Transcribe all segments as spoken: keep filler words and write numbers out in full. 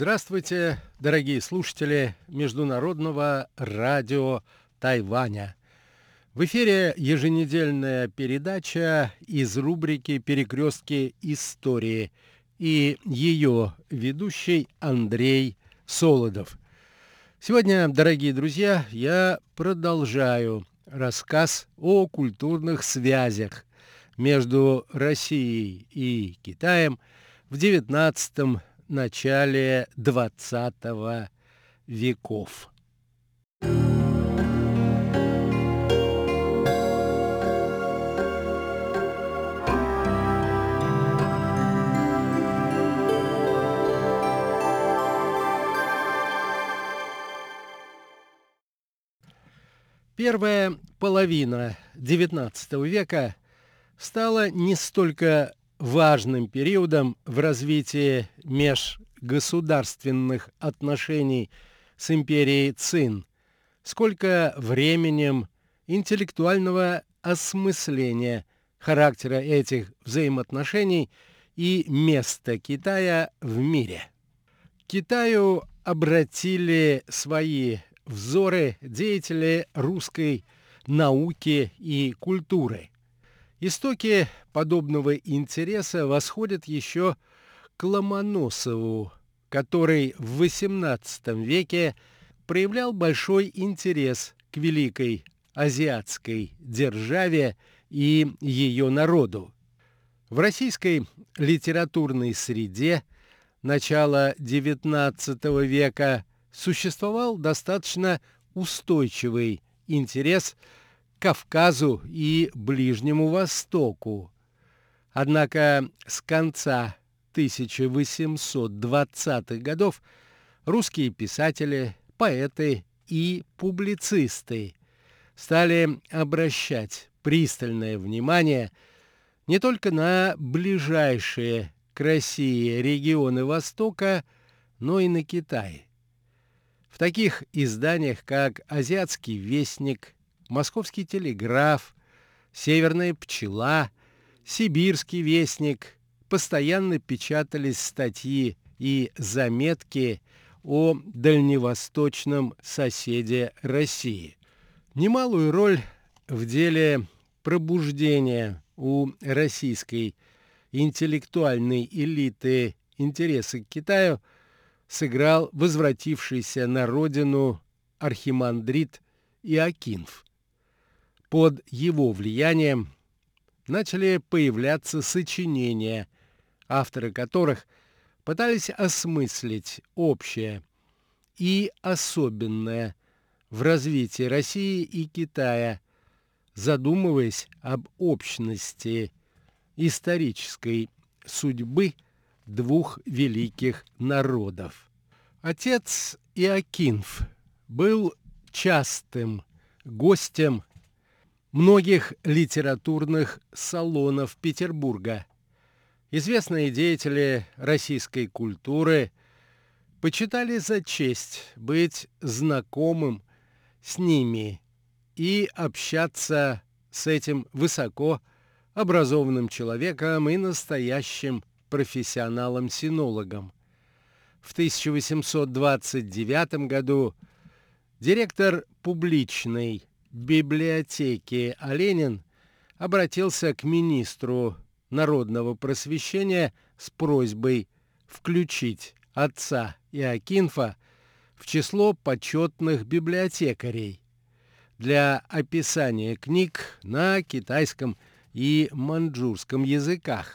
Здравствуйте, дорогие слушатели Международного радио Тайваня. В эфире еженедельная передача из рубрики «Перекрестки истории» и ее ведущий Андрей Солодов. Сегодня, дорогие друзья, я продолжаю рассказ о культурных связях между Россией и Китаем в девятнадцатом начале двадцатого веков. Первая половина девятнадцатого века стала не столько важным периодом в развитии межгосударственных отношений с империей Цин, сколько временем интеллектуального осмысления характера этих взаимоотношений и места Китая в мире. К Китаю обратили свои взоры деятели русской науки и культуры. Истоки подобного интереса восходят еще к Ломоносову, который в восемнадцатом веке проявлял большой интерес к великой азиатской державе и ее народу. В российской литературной среде начала девятнадцатого века существовал достаточно устойчивый интерес к Кавказу и Ближнему Востоку. Однако с конца тысяча восемьсот двадцатых годов русские писатели, поэты и публицисты стали обращать пристальное внимание не только на ближайшие к России регионы Востока, но и на Китай. В таких изданиях, как «Азиатский вестник», «Московский телеграф», «Северная пчела», «Сибирский вестник» постоянно печатались статьи и заметки о дальневосточном соседе России. Немалую роль в деле пробуждения у российской интеллектуальной элиты интереса к Китаю сыграл возвратившийся на родину архимандрит Иоакинф. Под его влиянием начали появляться сочинения, авторы которых пытались осмыслить общее и особенное в развитии России и Китая, задумываясь об общности исторической судьбы двух великих народов. Отец Иоакинф был частым гостем многих литературных салонов Петербурга. Известные деятели российской культуры почитали за честь быть знакомым с ними и общаться с этим высоко образованным человеком и настоящим профессионалом-синологом. В тысяча восемьсот двадцать девятом году директор публичной библиотеки Оленин обратился к министру народного просвещения с просьбой включить отца Иоакинфа в число почетных библиотекарей для описания книг на китайском и маньчжурском языках.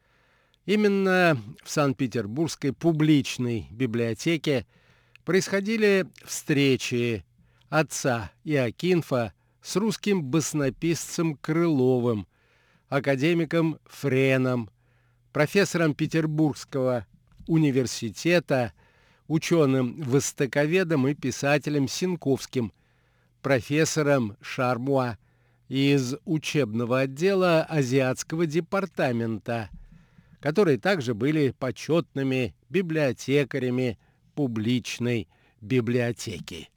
Именно в Санкт-Петербургской публичной библиотеке происходили встречи отца Иоакинфа с русским баснописцем Крыловым, академиком Френом, профессором Петербургского университета, ученым-востоковедом и писателем Синковским, профессором Шармуа из учебного отдела Азиатского департамента, которые также были почетными библиотекарями публичной библиотеки.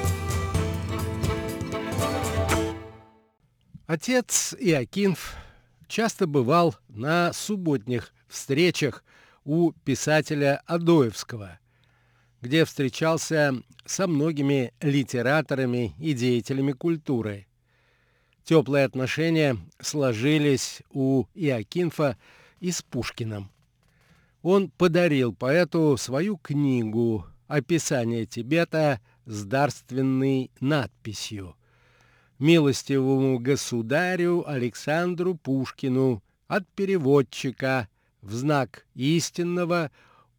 Отец Иоакинф часто бывал на субботних встречах у писателя Адоевского, где встречался со многими литераторами и деятелями культуры. Теплые отношения сложились у Иокинфа и с Пушкиным. Он подарил поэту свою книгу «Описание Тибета» с дарственной надписью «Милостивому государю Александру Пушкину от переводчика в знак истинного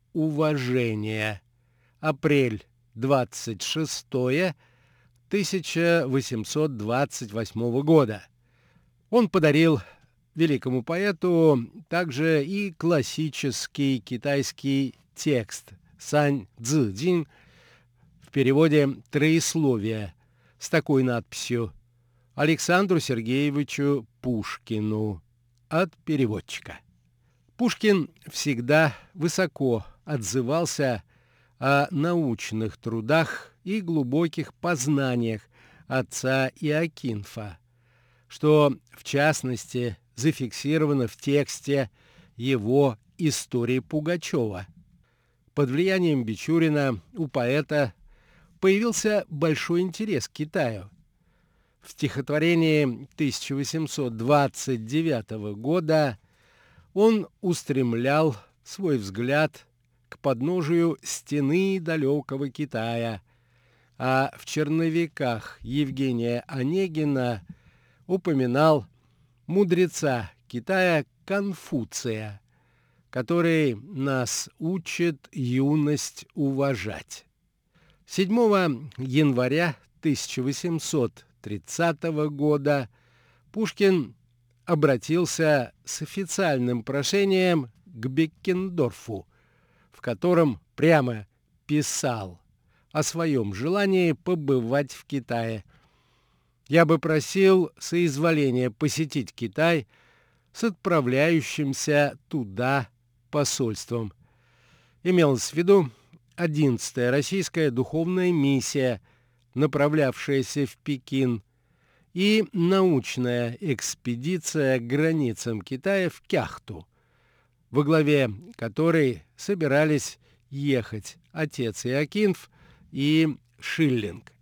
уважения. Апрель двадцать шестое тысяча восемьсот двадцать восьмого года». Он подарил великому поэту также и классический китайский текст «Сань Цзы-Дин» в переводе «Троисловие» с такой надписью «Александру Сергеевичу Пушкину от переводчика». Пушкин всегда высоко отзывался о научных трудах и глубоких познаниях отца Иокинфа, что, в частности, зафиксировано в тексте его «Истории Пугачева». Под влиянием Бичурина у поэта появился большой интерес к Китаю. В стихотворении тысяча восемьсот двадцать девятого года он устремлял свой взгляд к подножию стены далекого Китая, а в «Черновиках» Евгения Онегина упоминал мудреца Китая Конфуция, который нас учит юность уважать. седьмого января тысяча восемьсот тридцатого года Пушкин обратился с официальным прошением к Беккендорфу, в котором прямо писал о своем желании побывать в Китае. «Я бы просил соизволения посетить Китай с отправляющимся туда посольством». Имелось в виду одиннадцатая российская духовная миссия, направлявшаяся в Пекин, и научная экспедиция к границам Китая в Кяхту, во главе которой собирались ехать отец Иокинф и Шиллинг.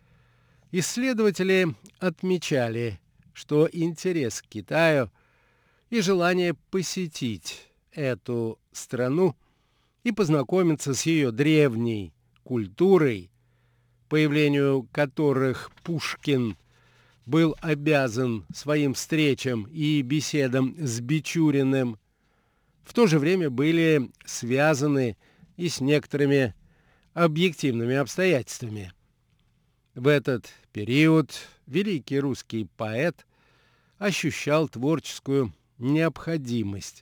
Исследователи отмечали, что интерес к Китаю и желание посетить эту страну и познакомиться с ее древней культурой, появлению которых Пушкин был обязан своим встречам и беседам с Бичуриным, в то же время были связаны и с некоторыми объективными обстоятельствами. В этот период великий русский поэт ощущал творческую необходимость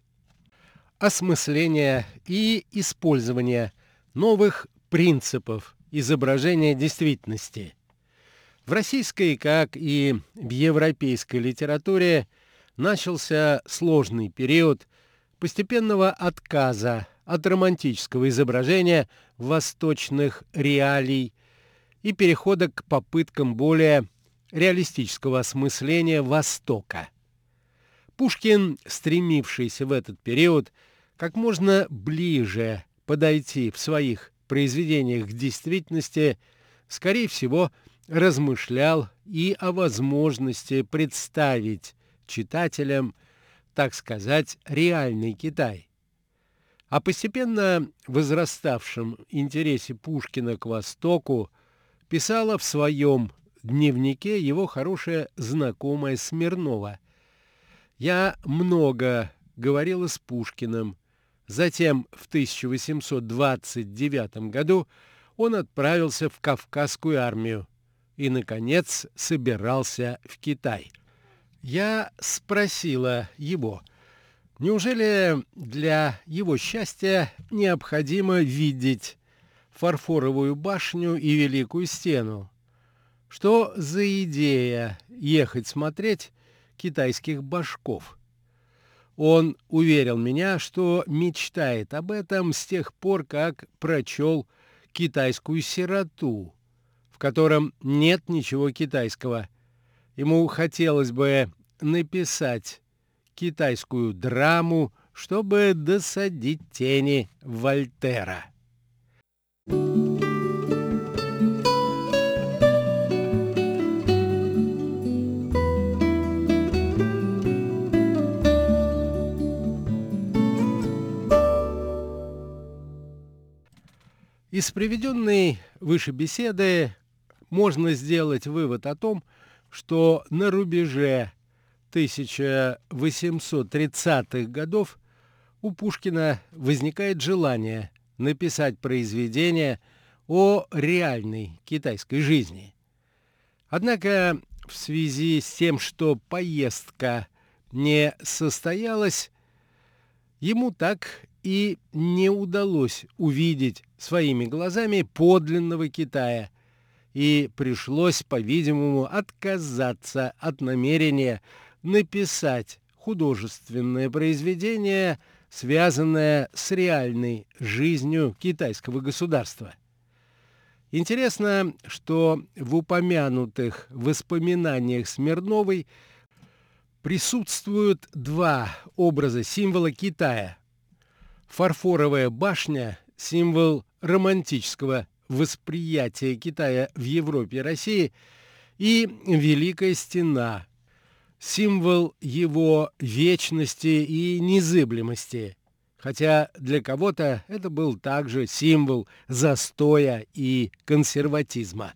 осмысления и использования новых принципов изображения действительности. В российской, как и в европейской литературе, начался сложный период постепенного отказа от романтического изображения восточных реалий и перехода к попыткам более реалистического осмысления Востока. Пушкин, стремившийся в этот период как можно ближе подойти в своих произведениях к действительности, скорее всего, размышлял и о возможности представить читателям, так сказать, реальный Китай. О постепенно возраставшем интересе Пушкина к Востоку писала в своем дневнике его хорошая знакомая Смирнова. «Я много говорила с Пушкиным. Затем в тысяча восемьсот двадцать девятом году он отправился в Кавказскую армию и, наконец, собирался в Китай. Я спросила его, неужели для его счастья необходимо видеть фарфоровую башню и Великую стену? Что за идея ехать смотреть китайских башков? Он уверил меня, что мечтает об этом с тех пор, как прочел «Китайскую сироту», в котором нет ничего китайского. Ему хотелось бы написать китайскую драму, чтобы досадить тени Вольтера. Из приведенной выше беседы можно сделать вывод о том, что на рубеже тысяча восемьсот тридцатых годов у Пушкина возникает желание написать произведение о реальной китайской жизни. Однако в связи с тем, что поездка не состоялась, ему так и не удалось увидеть своими глазами подлинного Китая, и пришлось, по-видимому, отказаться от намерения написать художественное произведение, связанное с реальной жизнью китайского государства. Интересно, что в упомянутых воспоминаниях Смирновой присутствуют два образа символа Китая. Фарфоровая башня – символ романтического восприятия Китая в Европе и России, и Великая стена – символ его вечности и незыблемости, хотя для кого-то это был также символ застоя и консерватизма.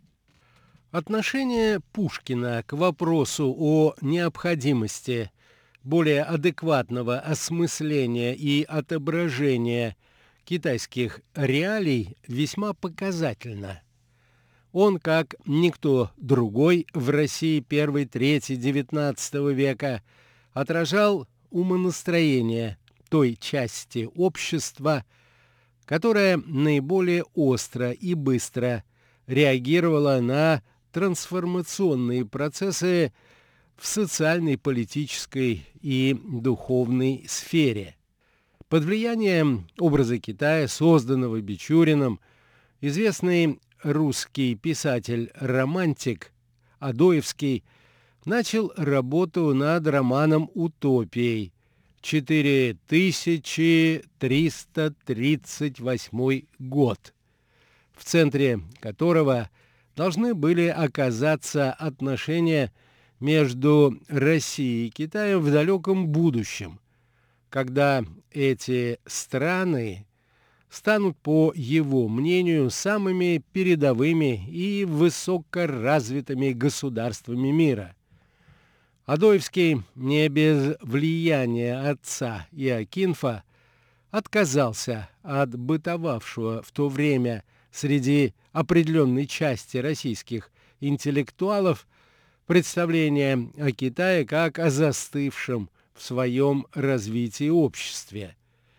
Отношение Пушкина к вопросу о необходимости более адекватного осмысления и отображения китайских реалий весьма показательно. Он, как никто другой в России первой трети девятнадцатого века, отражал умонастроение той части общества, которая наиболее остро и быстро реагировала на трансформационные процессы в социальной, политической и духовной сфере. Под влиянием образа Китая, созданного Бичуриным, известный русский писатель-романтик Адоевский начал работу над романом «Утопией» четыре тысячи триста тридцать восьмой год, в центре которого должны были оказаться отношения между Россией и Китаем в далеком будущем, когда эти страны станут, по его мнению, самыми передовыми и высокоразвитыми государствами мира. Адоевский, не без влияния отца Иокинфа, отказался от бытовавшего в то время среди определенной части российских интеллектуалов представления о Китае как о застывшем в своем развитии обществе.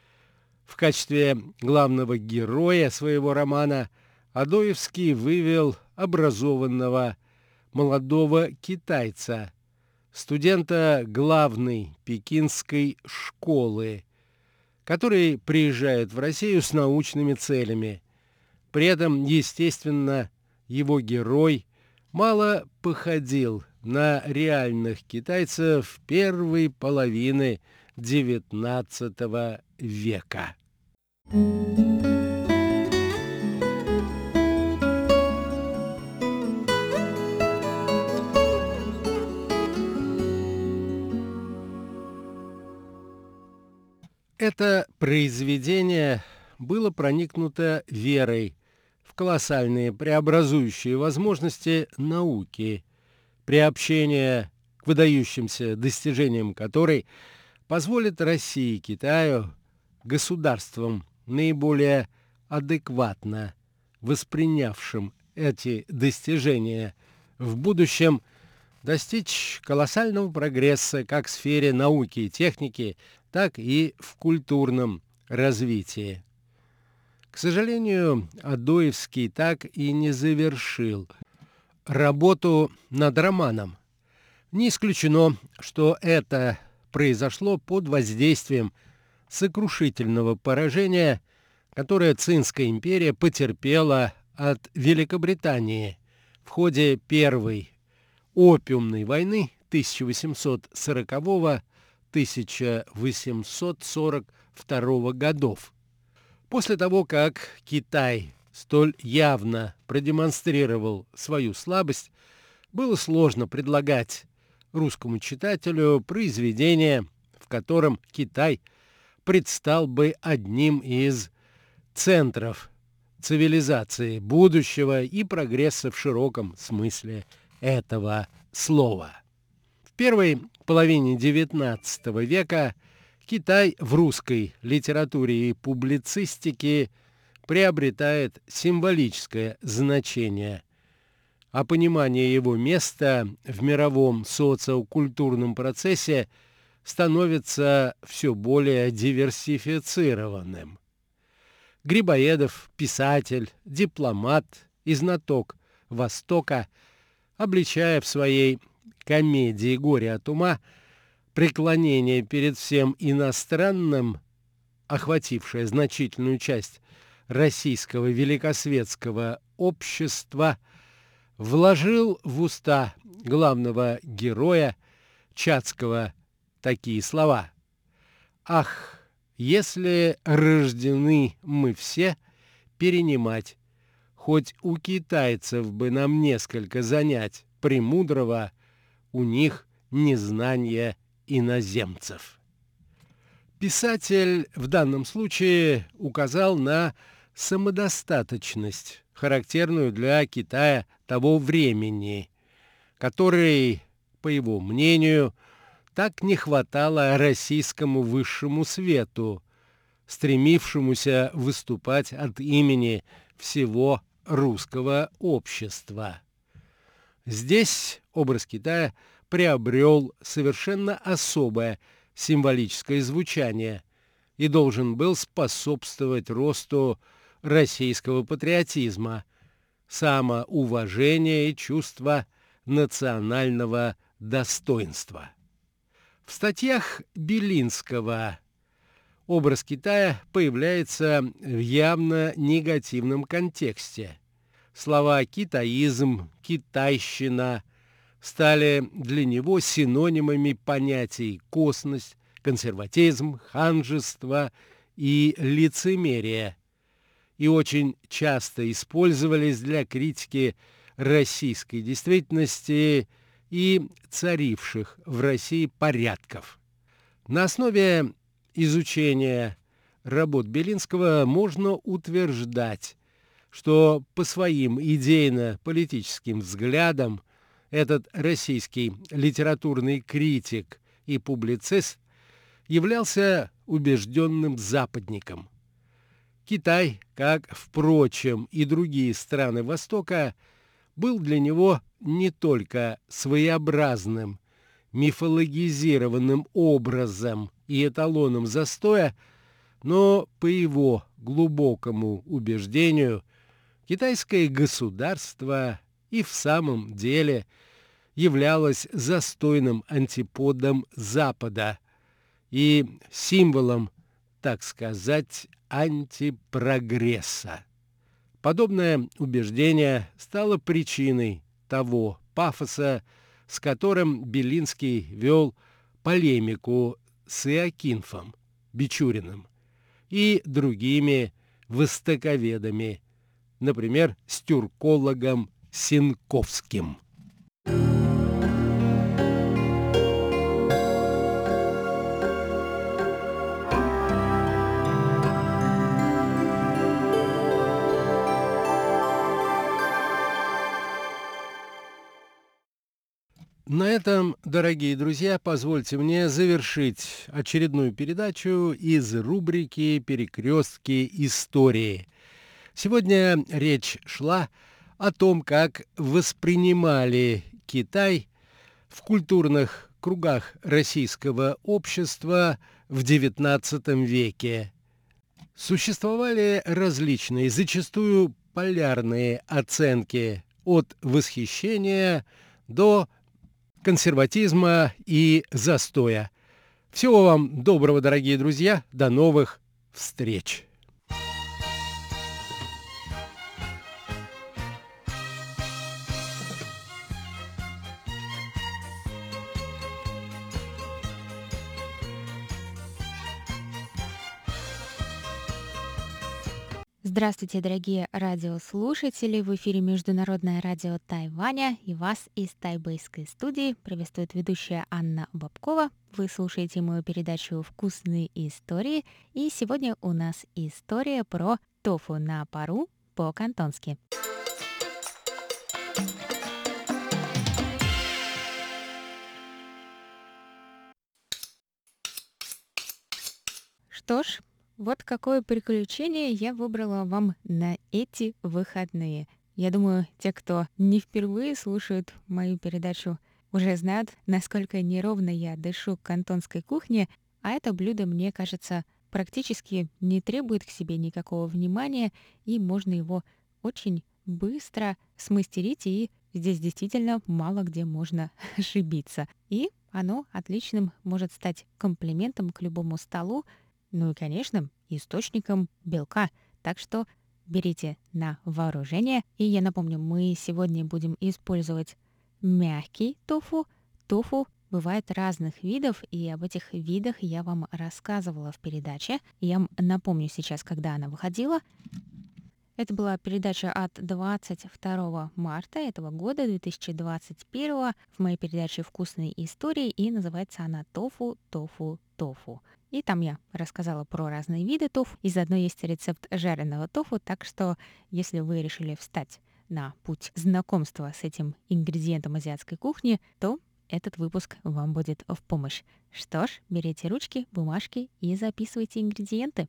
В качестве главного героя своего романа Адоевский вывел образованного молодого китайца, студента главной пекинской школы, который приезжает в Россию с научными целями. При этом, естественно, его герой мало походил на реальных китайцев первой половины девятнадцатого века. Это произведение было проникнуто верой в колоссальные преобразующие возможности науки, приобщение к выдающимся достижениям которой позволит России и Китаю, государствам, наиболее адекватно воспринявшим эти достижения в будущем, достичь колоссального прогресса как в сфере науки и техники, так и в культурном развитии. К сожалению, Адоевский так и не завершил работу над романом. Не исключено, что это произошло под воздействием сокрушительного поражения, которое Цинская империя потерпела от Великобритании в ходе Первой опиумной войны тысяча восемьсот сорокового тысяча восемьсот сорок второго годов. После того, как Китай столь явно продемонстрировал свою слабость, было сложно предлагать русскому читателю произведение, в котором Китай предстал бы одним из центров цивилизации будущего и прогресса в широком смысле этого слова. В первой половине девятнадцатого века Китай в русской литературе и публицистике приобретает символическое значение, а понимание его места в мировом социокультурном процессе становится все более диверсифицированным. Грибоедов, писатель, дипломат и знаток Востока, обличая в своей комедии «Горе от ума» преклонение перед всем иностранным, охватившее значительную часть российского великосветского общества, вложил в уста главного героя Чацкого такие слова: «Ах, если рождены мы все перенимать, хоть у китайцев бы нам несколько занять премудрого, у них незнание иноземцев». Писатель в данном случае указал на самодостаточность, характерную для Китая того времени, которой, по его мнению, так не хватало российскому высшему свету, стремившемуся выступать от имени всего русского общества. Здесь образ Китая приобрел совершенно особое символическое звучание и должен был способствовать росту российского патриотизма, самоуважения и чувства национального достоинства. В статьях Белинского образ Китая появляется в явно негативном контексте. Слова «китаизм», «китайщина» стали для него синонимами понятий «косность», «консерватизм», «ханжество» и «лицемерие», и очень часто использовались для критики российской действительности и царивших в России порядков. На основе изучения работ Белинского можно утверждать, что по своим идейно-политическим взглядам этот российский литературный критик и публицист являлся убежденным западником. Китай, как, впрочем, и другие страны Востока, был для него не только своеобразным, мифологизированным образом и эталоном застоя, но, по его глубокому убеждению, китайское государство и в самом деле являлось застойным антиподом Запада и символом, так сказать, антипрогресса. Подобное убеждение стало причиной того пафоса, с которым Белинский вел полемику с Иокинфом Бичуриным и другими востоковедами, например, с тюркологом Сенковским. На этом, дорогие друзья, позвольте мне завершить очередную передачу из рубрики «Перекрестки истории». Сегодня речь шла о том, как воспринимали Китай в культурных кругах российского общества в девятнадцатом веке. Существовали различные, зачастую полярные оценки от восхищения до консерватизма и застоя. Всего вам доброго, дорогие друзья. До новых встреч. Здравствуйте, дорогие радиослушатели! В эфире Международное радио Тайваня, и вас из тайбэйской студии приветствует ведущая Анна Бабкова. Вы слушаете мою передачу «Вкусные истории», и сегодня у нас история про тофу на пару по-кантонски. Что ж, вот какое приключение я выбрала вам на эти выходные. Я думаю, те, кто не впервые слушают мою передачу, уже знают, насколько неровно я дышу к кантонской кухне, а это блюдо, мне кажется, практически не требует к себе никакого внимания, и можно его очень быстро смастерить, и здесь действительно мало где можно ошибиться. И оно отличным может стать комплиментом к любому столу, ну и, конечно, источником белка. Так что берите на вооружение. И я напомню, мы сегодня будем использовать мягкий тофу. Тофу бывает разных видов, и об этих видах я вам рассказывала в передаче. Я напомню сейчас, когда она выходила. Это была передача от двадцать второго марта этого года, две тысячи двадцать первого, в моей передаче «Вкусные истории», и называется она «Тофу, тофу, тофу». И там я рассказала про разные виды тофу, и заодно есть рецепт жареного тофу, так что если вы решили встать на путь знакомства с этим ингредиентом азиатской кухни, то этот выпуск вам будет в помощь. Что ж, берите ручки, бумажки и записывайте ингредиенты.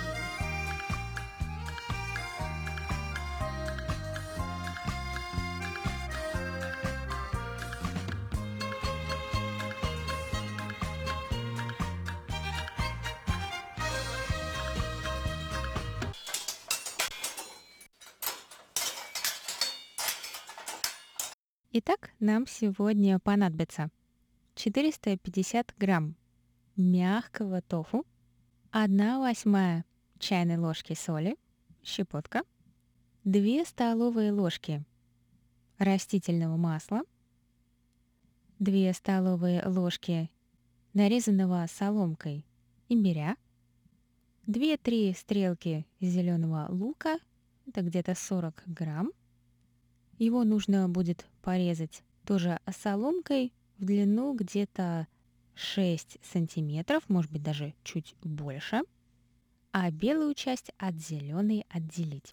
Итак, нам сегодня понадобится четыреста пятьдесят грамм мягкого тофу, одна восьмая чайной ложки соли, щепотка, две столовые ложки растительного масла, две столовые ложки нарезанного соломкой имбиря, две-три стрелки зеленого лука, это где-то сорок грамм. Его нужно будет порезать тоже соломкой в длину где-то шесть сантиметров, может быть даже чуть больше, а белую часть от зеленой отделить.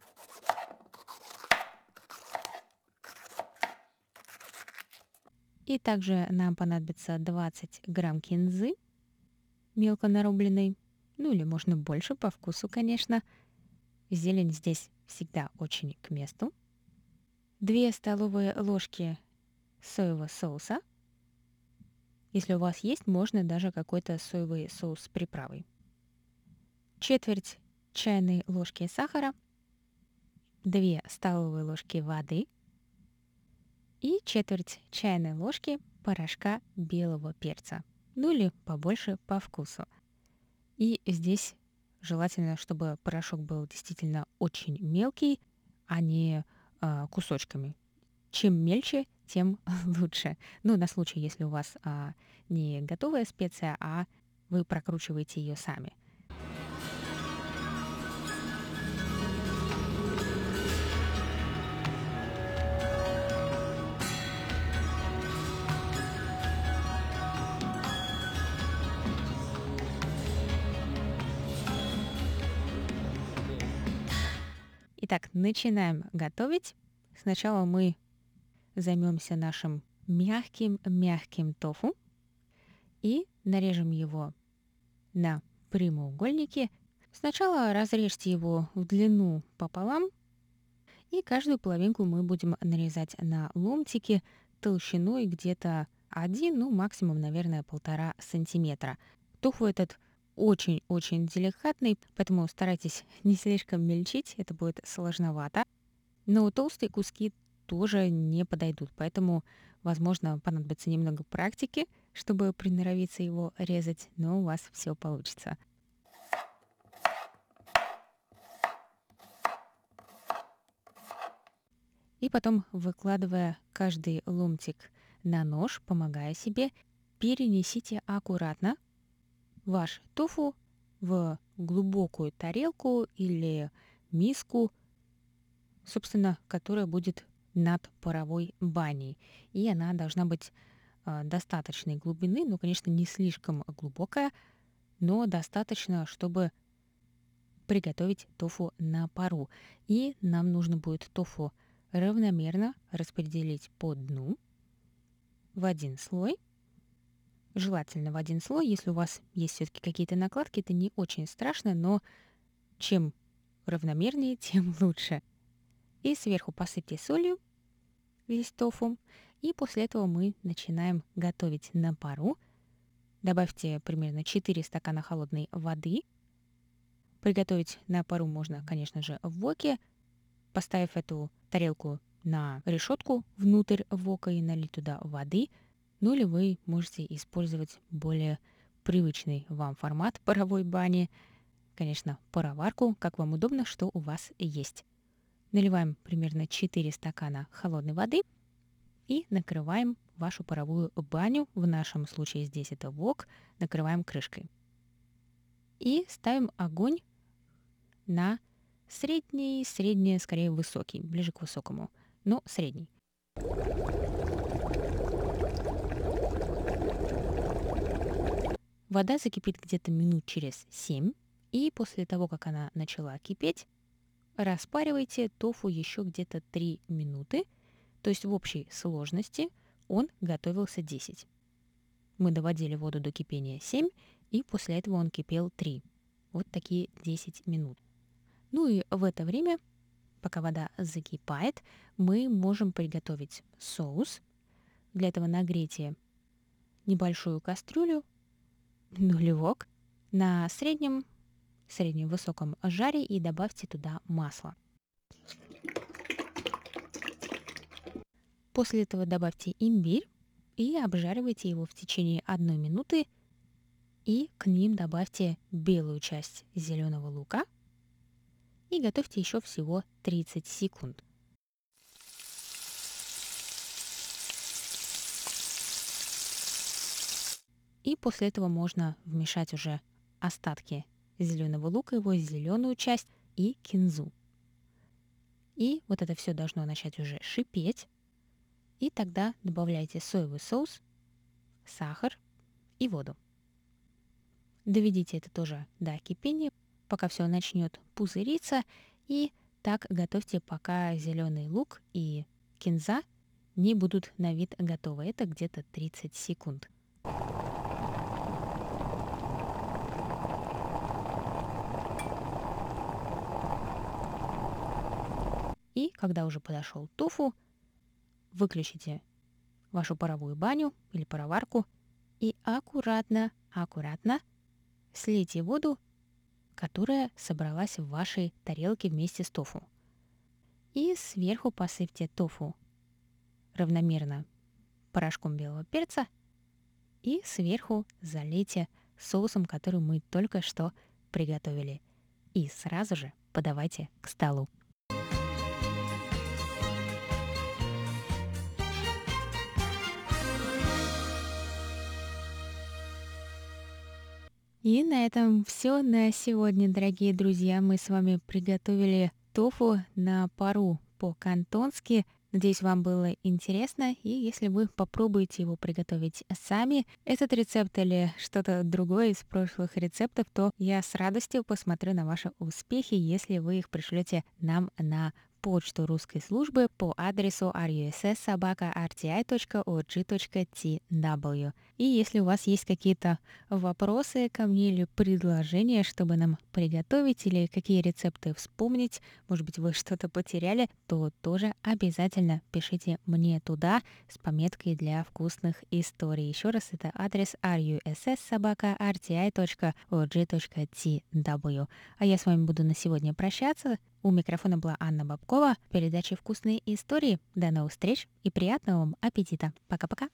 И также нам понадобится двадцать грамм кинзы, мелко нарубленной, ну или можно больше, по вкусу, конечно. Зелень здесь всегда очень к месту. две столовые ложки соевого соуса. Если у вас есть, можно даже какой-то соевый соус с приправой. Четверть чайной ложки сахара, две столовые ложки воды и четверть чайной ложки порошка белого перца. Ну или побольше по вкусу. И здесь желательно, чтобы порошок был действительно очень мелкий, а не э, кусочками. Чем мельче, тем лучше. Ну, на случай, если у вас а, не готовая специя, а вы прокручиваете ее сами. Итак, начинаем готовить. Сначала мы займемся нашим мягким-мягким тофу и нарежем его на прямоугольники. Сначала разрежьте его в длину пополам, и каждую половинку мы будем нарезать на ломтики толщиной где-то один, ну максимум, наверное, полтора сантиметра. Тофу этот очень-очень деликатный, поэтому старайтесь не слишком мельчить, это будет сложновато. Но толстые куски тоже не подойдут, поэтому, возможно, понадобится немного практики, чтобы приноровиться его резать, но у вас все получится. И потом, выкладывая каждый ломтик на нож, помогая себе, перенесите аккуратно ваш тофу в глубокую тарелку или миску, собственно, которая будет над паровой баней. И она должна быть э, достаточной глубины, ну, конечно, не слишком глубокая, но достаточно, чтобы приготовить тофу на пару. И нам нужно будет тофу равномерно распределить по дну в один слой. Желательно в один слой. Если у вас есть все-таки какие-то накладки, это не очень страшно, но чем равномернее, тем лучше. И сверху посыпьте солью весь тофу. И после этого мы начинаем готовить на пару. Добавьте примерно четыре стакана холодной воды. Приготовить на пару можно, конечно же, в воке, поставив эту тарелку на решетку внутрь вока и налить туда воды. Ну или вы можете использовать более привычный вам формат паровой бани, конечно, пароварку, как вам удобно, что у вас есть. Наливаем примерно четыре стакана холодной воды и накрываем вашу паровую баню, в нашем случае здесь это вок, накрываем крышкой. И ставим огонь на средний, средний, скорее высокий, ближе к высокому, но средний. Вода закипит где-то минут через семь, и после того, как она начала кипеть, распаривайте тофу еще где-то три минуты, то есть в общей сложности он готовился десять. Мы доводили воду до кипения семь, и после этого он кипел три. Вот такие десять минут. Ну и в это время, пока вода закипает, мы можем приготовить соус. Для этого нагрейте небольшую кастрюлю, ну вок, на среднем, среднем высоком жаре и добавьте туда масло. После этого добавьте имбирь и обжаривайте его в течение одной минуты. И к ним добавьте белую часть зеленого лука и готовьте еще всего тридцать секунд. И после этого можно вмешать уже остатки зеленого лука, его зеленую часть и кинзу. И вот это все должно начать уже шипеть. И тогда добавляйте соевый соус, сахар и воду. Доведите это тоже до кипения, пока все начнет пузыриться. И так готовьте, пока зеленый лук и кинза не будут на вид готовы. Это где-то тридцать секунд. И когда уже подошел тофу, выключите вашу паровую баню или пароварку и аккуратно, аккуратно слейте воду, которая собралась в вашей тарелке вместе с тофу. И сверху посыпьте тофу равномерно порошком белого перца и сверху залейте соусом, который мы только что приготовили. И сразу же подавайте к столу. И на этом все на сегодня, дорогие друзья. Мы с вами приготовили тофу на пару по-кантонски. Надеюсь, вам было интересно. И если вы попробуете его приготовить сами, этот рецепт или что-то другое из прошлых рецептов, то я с радостью посмотрю на ваши успехи, если вы их пришлете нам на почту русской службы по адресу ар ю эс эс собака ар ти ай точка орг точка ти дабл ю. И если у вас есть какие-то вопросы ко мне или предложения, чтобы нам приготовить, или какие рецепты вспомнить, может быть, вы что-то потеряли, то тоже обязательно пишите мне туда с пометкой для вкусных историй. Еще раз, это адрес ар ю эс эс собака ар ти ай точка орг точка ти дабл ю. А я с вами буду на сегодня прощаться. У микрофона была Анна Бабкова. Передача «Вкусные истории». До новых встреч и приятного вам аппетита. Пока-пока.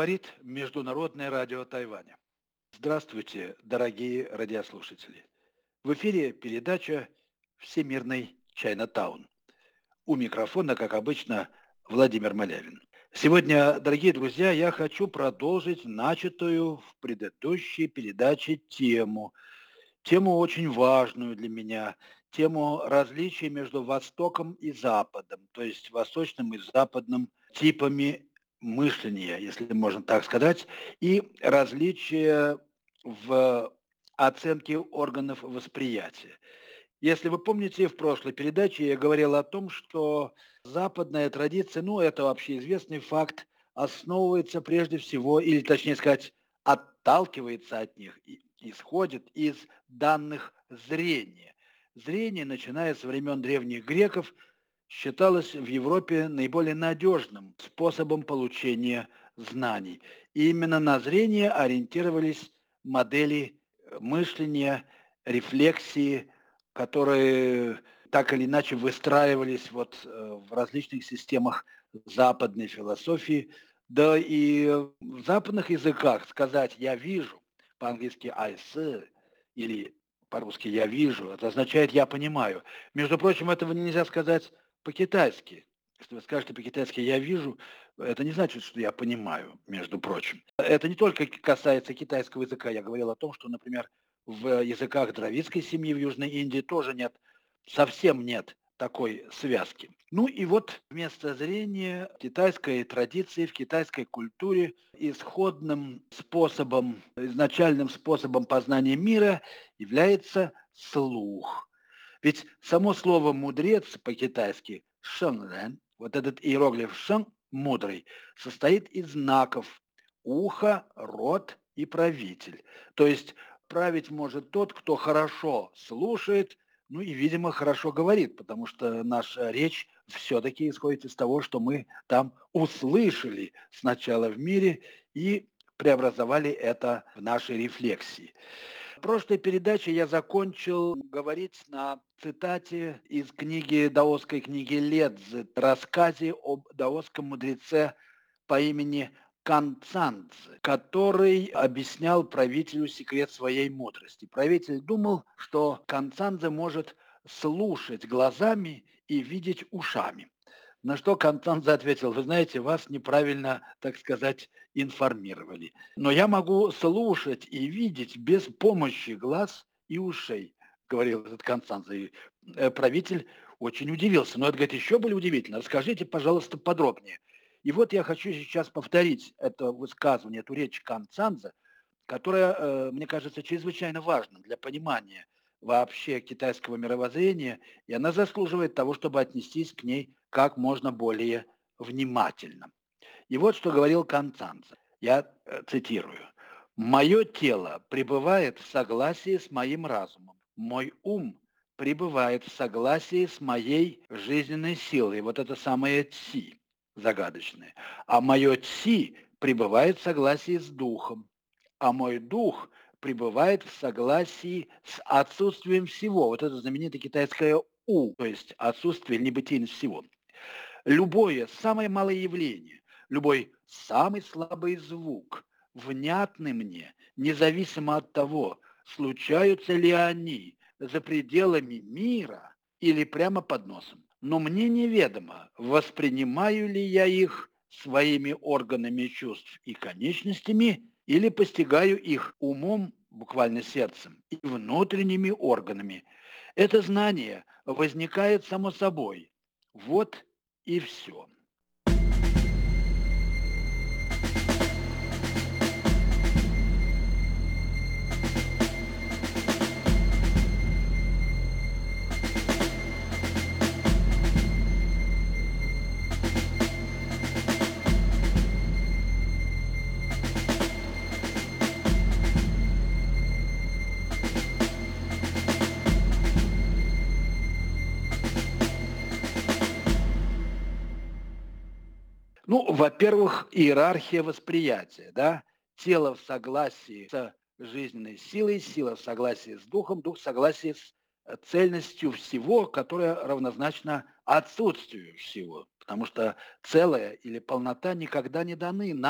говорит Международное радио Тайваня. Здравствуйте, дорогие радиослушатели. В эфире передача «Всемирный Чайнатаун». У микрофона, как обычно, Владимир Малявин. Сегодня, дорогие друзья, я хочу продолжить начатую в предыдущей передаче тему. Тему очень важную для меня. Тему различий между Востоком и Западом, то есть восточным и западным типами мышления, если можно так сказать, и различия в оценке органов восприятия. Если вы помните, в прошлой передаче я говорил о том, что западная традиция, ну, это вообще известный факт, основывается прежде всего, или точнее сказать, отталкивается от них, и исходит из данных зрения. Зрение, начиная с времен древних греков, считалось в Европе наиболее надежным способом получения знаний. И именно на зрение ориентировались модели мышления, рефлексии, которые так или иначе выстраивались вот в различных системах западной философии. Да и в западных языках сказать «я вижу», по-английски «I see», или по-русски «я вижу», это означает «я понимаю». Между прочим, этого нельзя сказать по-китайски. Если вы скажете по-китайски «я вижу», это не значит, что я понимаю, между прочим. Это не только касается китайского языка. Я говорил о том, что, например, в языках дравидской семьи в Южной Индии тоже нет, совсем нет такой связки. Ну и вот вместо зрения китайской традиции, в китайской культуре исходным способом, изначальным способом познания мира является слух. Ведь само слово «мудрец» по-китайски «шэнрэн», вот этот иероглиф «шэн» – «мудрый», состоит из знаков ухо, рот и правитель. То есть править может тот, кто хорошо слушает, ну и, видимо, хорошо говорит, потому что наша речь все-таки исходит из того, что мы там услышали сначала в мире и преобразовали это в нашей рефлексии. В прошлой передаче я закончил говорить на цитате из книги, даосской книги Ледзы, рассказе об даосском мудреце по имени Канцанцзы, который объяснял правителю секрет своей мудрости. Правитель думал, что Канцанцзы может слушать глазами и видеть ушами. На что Канцанцзы ответил: вы знаете, вас неправильно, так сказать, информировали. Но я могу слушать и видеть без помощи глаз и ушей, говорил этот Канцанцзы. И правитель очень удивился. Но это, говорит, еще более удивительно. Расскажите, пожалуйста, подробнее. И вот я хочу сейчас повторить это высказывание, эту речь Канцанцзы, которая, мне кажется, чрезвычайно важна для понимания вообще китайского мировоззрения, и она заслуживает того, чтобы отнестись к ней как можно более внимательно. И вот что говорил Канцанцзы, я цитирую. «Мое тело пребывает в согласии с моим разумом, мой ум пребывает в согласии с моей жизненной силой». Вот это самое ци загадочное. А мое ци пребывает в согласии с духом, а мой дух пребывает в согласии с отсутствием всего. Вот это знаменитое китайское «у», то есть отсутствие, небытийность всего. Любое самое малое явление, любой самый слабый звук, внятный мне, независимо от того, случаются ли они за пределами мира или прямо под носом. Но мне неведомо, воспринимаю ли я их своими органами чувств и конечностями, или постигаю их умом, буквально сердцем, и внутренними органами. Это знание возникает само собой. Вот и все. Ну, во-первых, иерархия восприятия, да, тело в согласии с жизненной силой, сила в согласии с духом, дух в согласии с цельностью всего, которая равнозначна отсутствию всего, потому что целое или полнота никогда не даны нам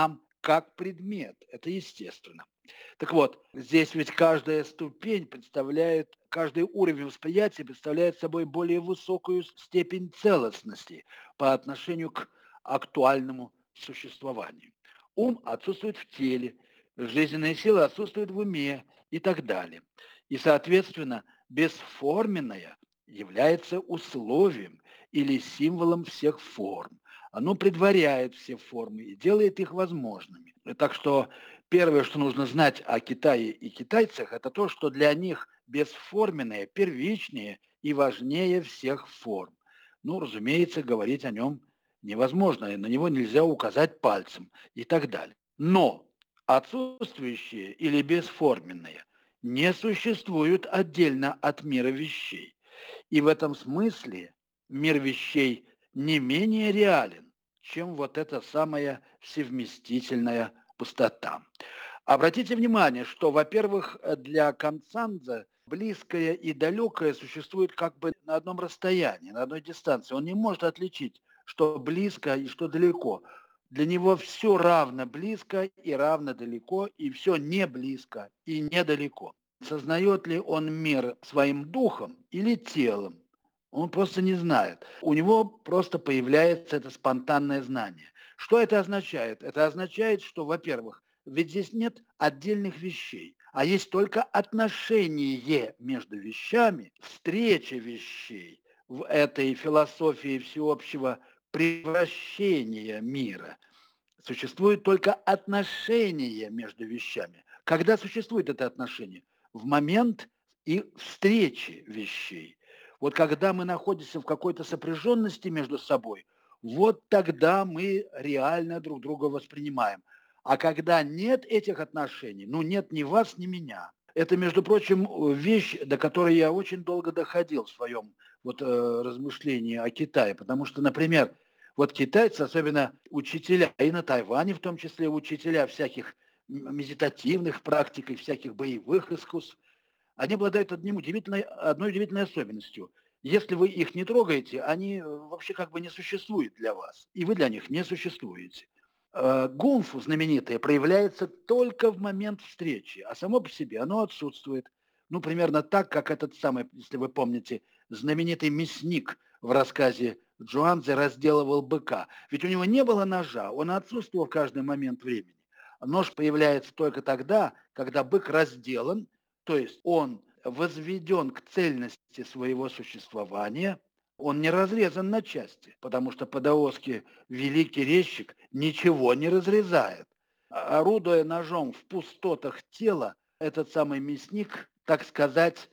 как предмет. Это естественно. Так вот, здесь ведь каждая ступень представляет, каждый уровень восприятия представляет собой более высокую степень целостности по отношению к актуальному существованию. Ум отсутствует в теле, жизненные силы отсутствуют в уме и так далее. И, соответственно, бесформенное является условием или символом всех форм. Оно предваряет все формы и делает их возможными. Так что первое, что нужно знать о Китае и китайцах, это то, что для них бесформенное первичнее и важнее всех форм. Ну, разумеется, говорить о нем невозможно, и на него нельзя указать пальцем и так далее. Но отсутствующее или бесформенное не существуют отдельно от мира вещей. И в этом смысле мир вещей не менее реален, чем вот эта самая всевместительная пустота. Обратите внимание, что, во-первых, для Канцанза близкое и далекое существует как бы на одном расстоянии, на одной дистанции. Он не может отличить, что близко и что далеко. Для него все равно близко и равно далеко, и все не близко и недалеко. Сознает ли он мир своим духом или телом? Он просто не знает. У него просто появляется это спонтанное знание. Что это означает? Это означает, что, во-первых, ведь здесь нет отдельных вещей, а есть только отношение между вещами, встреча вещей в этой философии всеобщего превращения мира. Существует только отношение между вещами. Когда существует это отношение? В момент и встречи вещей. Вот когда мы находимся в какой-то сопряженности между собой, вот тогда мы реально друг друга воспринимаем. А когда нет этих отношений, ну нет ни вас, ни меня. Это, между прочим, вещь, до которой я очень долго доходил в своем вот, э, размышлении о Китае. Потому что, например, вот китайцы, особенно учителя, и на Тайване в том числе учителя всяких медитативных практик и всяких боевых искусств, они обладают одним удивительной, одной удивительной особенностью. Если вы их не трогаете, они вообще как бы не существуют для вас, и вы для них не существуете. Гунфу знаменитое проявляется только в момент встречи, а само по себе оно отсутствует. Ну, примерно так, как этот самый, если вы помните, знаменитый мясник в рассказе Джуанзе разделывал быка. Ведь у него не было ножа, он отсутствовал в каждый момент времени. Нож появляется только тогда, когда бык разделан, то есть он возведен к цельности своего существования, он не разрезан на части, потому что по-даосски великий резчик ничего не разрезает. Орудуя ножом в пустотах тела, этот самый мясник, так сказать,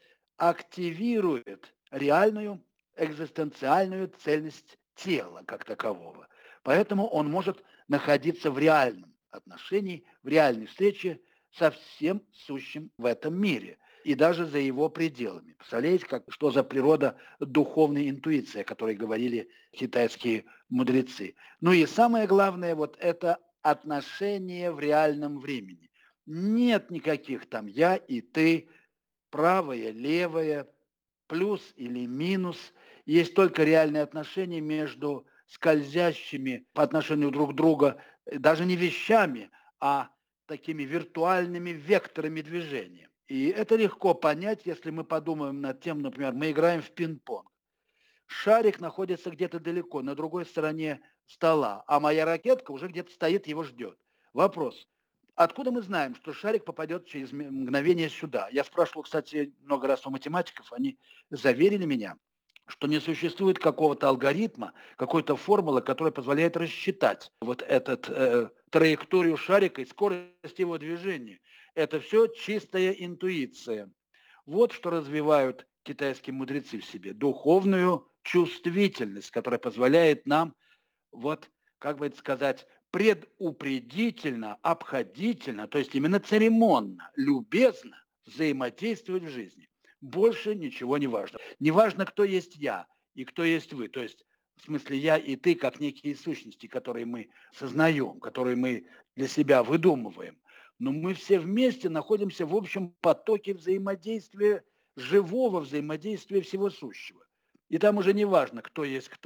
активирует реальную экзистенциальную цельность тела как такового. Поэтому он может находиться в реальном отношении, в реальной встрече со всем сущим в этом мире и даже за его пределами. Представляете, как, что за природа духовной интуиции, о которой говорили китайские мудрецы. Ну и самое главное, вот это отношение в реальном времени. Нет никаких там я и ты, правое, левое, плюс или минус. Есть только реальные отношения между скользящими по отношению друг к другу, даже не вещами, а такими виртуальными векторами движения. И это легко понять, если мы подумаем над тем, например, мы играем в пинг-понг. Шарик находится где-то далеко, на другой стороне стола, а моя ракетка уже где-то стоит, его ждет. Вопрос. Откуда мы знаем, что шарик попадет через мгновение сюда? Я спрашивал, кстати, много раз у математиков, они заверили меня, что не существует какого-то алгоритма, какой-то формулы, которая позволяет рассчитать вот эту э, траекторию шарика и скорость его движения. Это все чистая интуиция. Вот что развивают китайские мудрецы в себе. Духовную чувствительность, которая позволяет нам, вот, как бы это сказать, предупредительно, обходительно, то есть именно церемонно, любезно взаимодействовать в жизни. Больше ничего не важно. Не важно, кто есть я и кто есть вы. То есть, в смысле, я и ты, как некие сущности, которые мы сознаем, которые мы для себя выдумываем. Но мы все вместе находимся в общем потоке взаимодействия, живого взаимодействия всего сущего. И там уже не важно, кто есть кто.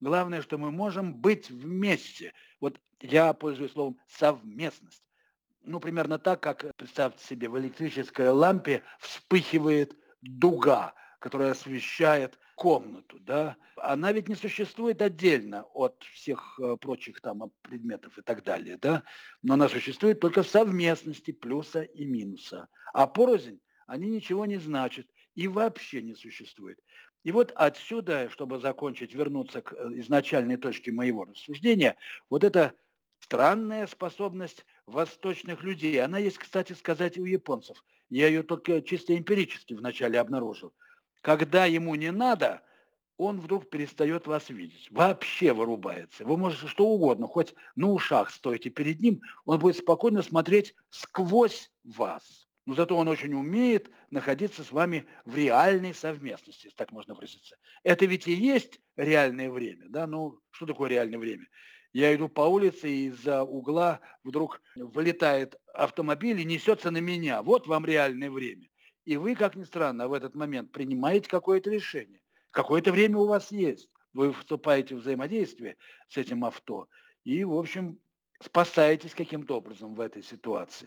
Главное, что мы можем быть вместе. Вот я пользуюсь словом совместность. Ну, примерно так, как, э, представьте себе, в электрической лампе вспыхивает дуга, которая освещает комнату, да. Она ведь не существует отдельно от всех э, прочих там а, предметов и так далее, да, но она существует только в совместности плюса и минуса. А порознь они ничего не значат и вообще не существует. И вот отсюда, чтобы закончить, вернуться к э, изначальной точке моего рассуждения, вот эта странная способность восточных людей. Она есть, кстати сказать, и у японцев. Я ее только чисто эмпирически вначале обнаружил. Когда ему не надо, он вдруг перестает вас видеть. Вообще вырубается. Вы можете что угодно, хоть на ушах стойте перед ним, он будет спокойно смотреть сквозь вас. Но зато он очень умеет находиться с вами в реальной совместности, если так можно выразиться. Это ведь и есть реальное время, да? Ну, что такое реальное время? Я иду по улице, и из-за угла вдруг вылетает автомобиль и несется на меня. Вот вам реальное время. И вы, как ни странно, в этот момент принимаете какое-то решение. Какое-то время у вас есть. Вы вступаете в взаимодействие с этим авто и, в общем, спасаетесь каким-то образом в этой ситуации.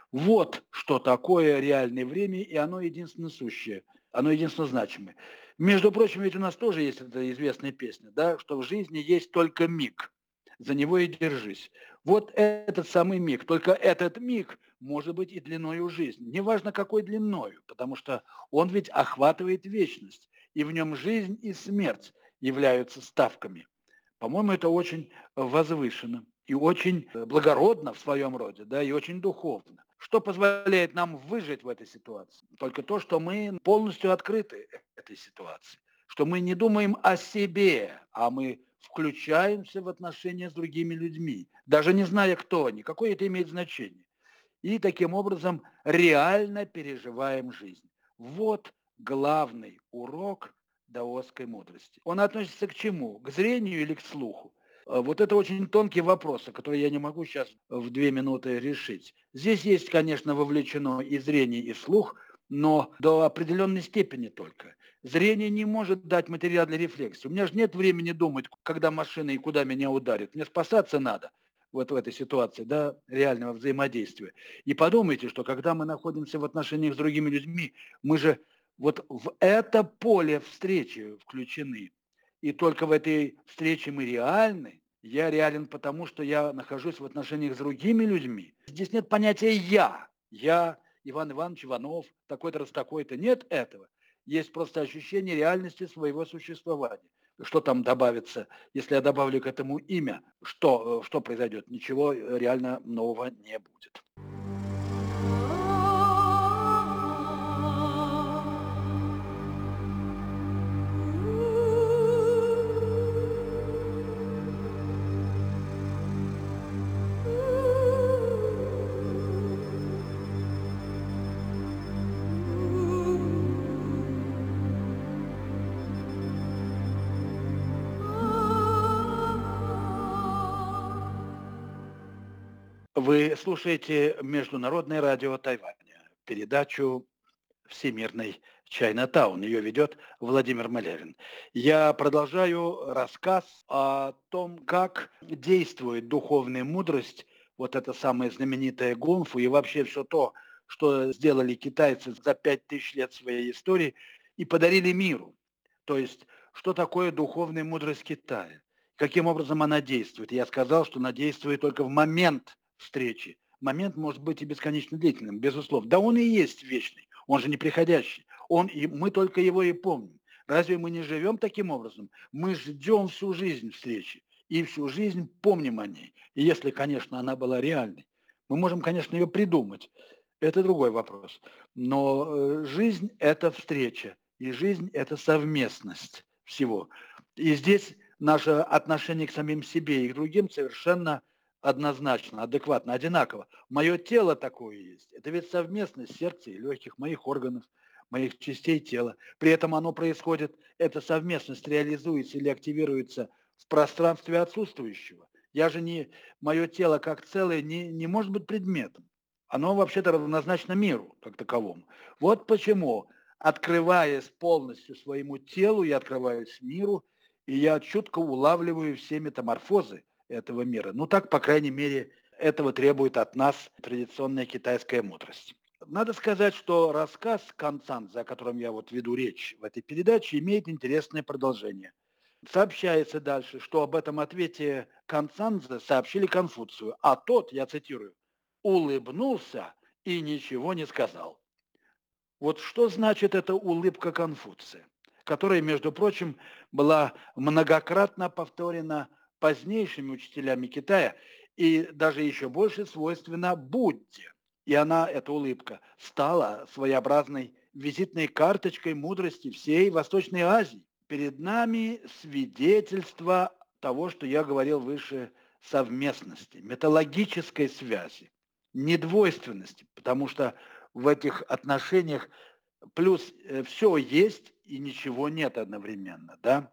Вот что такое реальное время, и оно единственно сущее, оно единственно значимое. Между прочим, ведь у нас тоже есть эта известная песня, да, что в жизни есть только миг, за него и держись. Вот этот самый миг, только этот миг может быть и длиною жизнь. Неважно, какой длиною, потому что он ведь охватывает вечность, и в нем жизнь и смерть являются ставками. По-моему, это очень возвышенно и очень благородно в своем роде, да, и очень духовно. Что позволяет нам выжить в этой ситуации? Только то, что мы полностью открыты этой ситуации, что мы не думаем о себе, а мы включаемся в отношения с другими людьми, даже не зная, кто они, какое это имеет значение. И таким образом реально переживаем жизнь. Вот главный урок даосской мудрости. Он относится к чему? К зрению или к слуху? Э, Вот это очень тонкий вопрос, который я не могу сейчас в две минуты решить. Здесь есть, конечно, вовлечено и зрение, и слух, но до определенной степени только. Зрение не может дать материал для рефлексии. У меня же нет времени думать, когда машина и куда меня ударит. Мне спасаться надо вот в этой ситуации, да, реального взаимодействия. И подумайте, что когда мы находимся в отношениях с другими людьми, мы же вот в это поле встречи включены. И только в этой встрече мы реальны. Я реален потому, что я нахожусь в отношениях с другими людьми. Здесь нет понятия «я». Я Иван Иванович Иванов, такой-то раз такой-то. Нет этого. Есть просто ощущение реальности своего существования. Что там добавится, если я добавлю к этому имя, что, что произойдет? Ничего реально нового не будет. Вы слушаете Международное радио Тайваня, передачу «Всемирный Чайнатаун». Ее ведет Владимир Малявин. Я продолжаю рассказ о том, как действует духовная мудрость, вот это самое знаменитое гунфу и вообще все то, что сделали китайцы за пять тысяч лет своей истории и подарили миру. То есть, что такое духовная мудрость Китая? Каким образом она действует? Я сказал, что она действует только в момент встречи. Момент может быть и бесконечно длительным, безусловно. Да он и есть вечный, он же не приходящий. Он, и мы только его и помним. Разве мы не живем таким образом? Мы ждем всю жизнь встречи и всю жизнь помним о ней. И если, конечно, она была реальной, мы можем, конечно, ее придумать. Это другой вопрос. Но э, жизнь– это встреча, и жизнь– это совместность всего. И здесь наше отношение к самим себе и к другим совершенно однозначно, адекватно, одинаково. Мое тело такое есть. Это ведь совместность сердца и легких, моих органов, моих частей тела. При этом оно происходит, эта совместность реализуется или активируется в пространстве отсутствующего. Я же не, мое тело как целое не, не может быть предметом. Оно вообще-то равнозначно миру как таковому. Вот почему, открываясь полностью своему телу, я открываюсь миру, и я чутко улавливаю все метаморфозы этого мира. Ну так, по крайней мере, этого требует от нас традиционная китайская мудрость. Надо сказать, что рассказ Канцанзы, о котором я вот веду речь в этой передаче, имеет интересное продолжение. Сообщается дальше, что об этом ответе Канцанзы сообщили Конфуцию, а тот, я цитирую, улыбнулся и ничего не сказал. Вот что значит эта улыбка Конфуция, которая, между прочим, была многократно повторена позднейшими учителями Китая и даже еще больше свойственна Будде. И она, эта улыбка, стала своеобразной визитной карточкой мудрости всей Восточной Азии. Перед нами свидетельство того, что я говорил выше, совместности, металлогической связи, недвойственности, потому что в этих отношениях плюс все есть и ничего нет одновременно, да?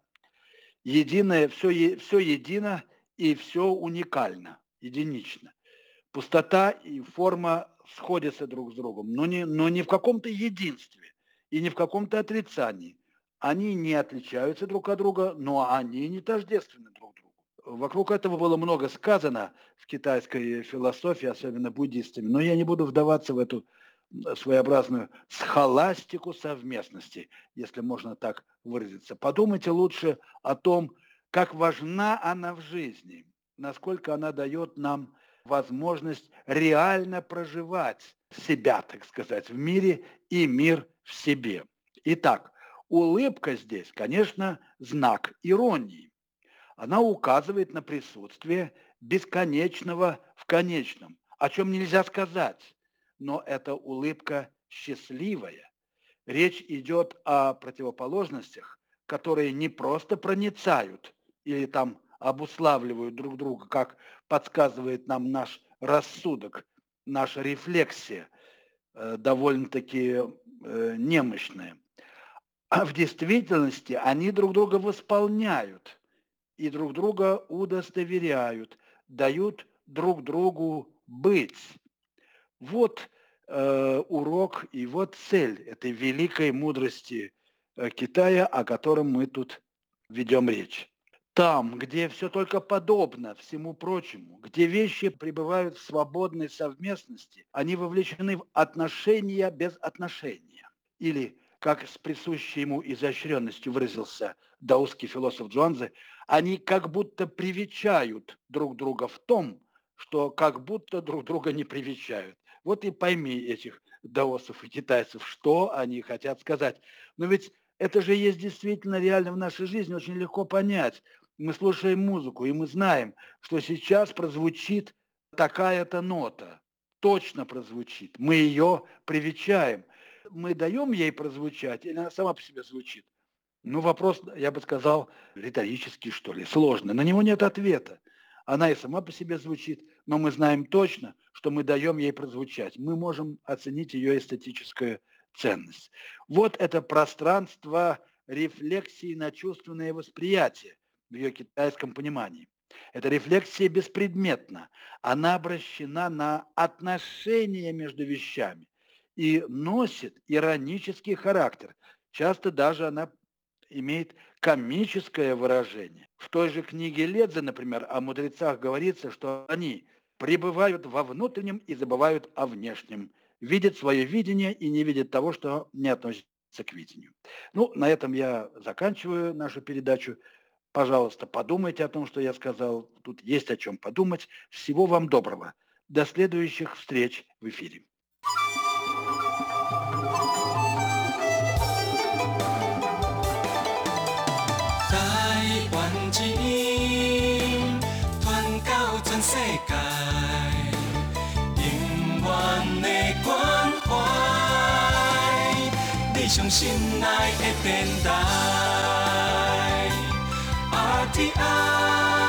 Единое, все, все едино и все уникально, единично. Пустота и форма сходятся друг с другом, но не, но не в каком-то единстве и не в каком-то отрицании. Они не отличаются друг от друга, но они не тождественны друг другу. Вокруг этого было много сказано в китайской философии, особенно буддистами, но я не буду вдаваться в эту своеобразную схоластику совместности, если можно так выразиться. Подумайте лучше о том, как важна она в жизни, насколько она дает нам возможность реально проживать себя, так сказать, в мире и мир в себе. Итак, улыбка здесь, конечно, знак иронии. Она указывает на присутствие бесконечного в конечном, о чем нельзя сказать. Но эта улыбка счастливая. Речь идет о противоположностях, которые не просто проницают или там обуславливают друг друга, как подсказывает нам наш рассудок, наша рефлексия, э, довольно-таки э, немощная. А в действительности они друг друга восполняют и друг друга удостоверяют, дают друг другу быть. Вот э, урок и вот цель этой великой мудрости э, Китая, о котором мы тут ведем речь. Там, где все только подобно всему прочему, где вещи пребывают в свободной совместности, они вовлечены в отношения без отношения. Или, как с присущей ему изощренностью выразился даосский философ Джуанзе, они как будто привечают друг друга в том, что как будто друг друга не привечают. Вот и пойми этих даосов и китайцев, что они хотят сказать. Но ведь это же есть действительно реально в нашей жизни, очень легко понять. Мы слушаем музыку, и мы знаем, что сейчас прозвучит такая-то нота. Точно прозвучит. Мы ее привечаем. Мы даем ей прозвучать, или она сама по себе звучит? Ну, вопрос, я бы сказал, риторический, что ли, сложный. На него нет ответа. Она и сама по себе звучит, но мы знаем точно, что мы даем ей прозвучать. Мы можем оценить ее эстетическую ценность. Вот это пространство рефлексии на чувственное восприятие в ее китайском понимании. Эта рефлексия беспредметна. Она обращена на отношения между вещами и носит иронический характер. Часто даже она имеет комическое выражение. В той же книге Ледзе, например, о мудрецах говорится, что они пребывают во внутреннем и забывают о внешнем, видят свое видение и не видят того, что не относится к видению. Ну, на этом я заканчиваю нашу передачу. Пожалуйста, подумайте о том, что я сказал. Тут есть о чем подумать. Всего вам доброго. До следующих встреч в эфире. 世界，永远的关怀，你上心爱的电台 ，R T I。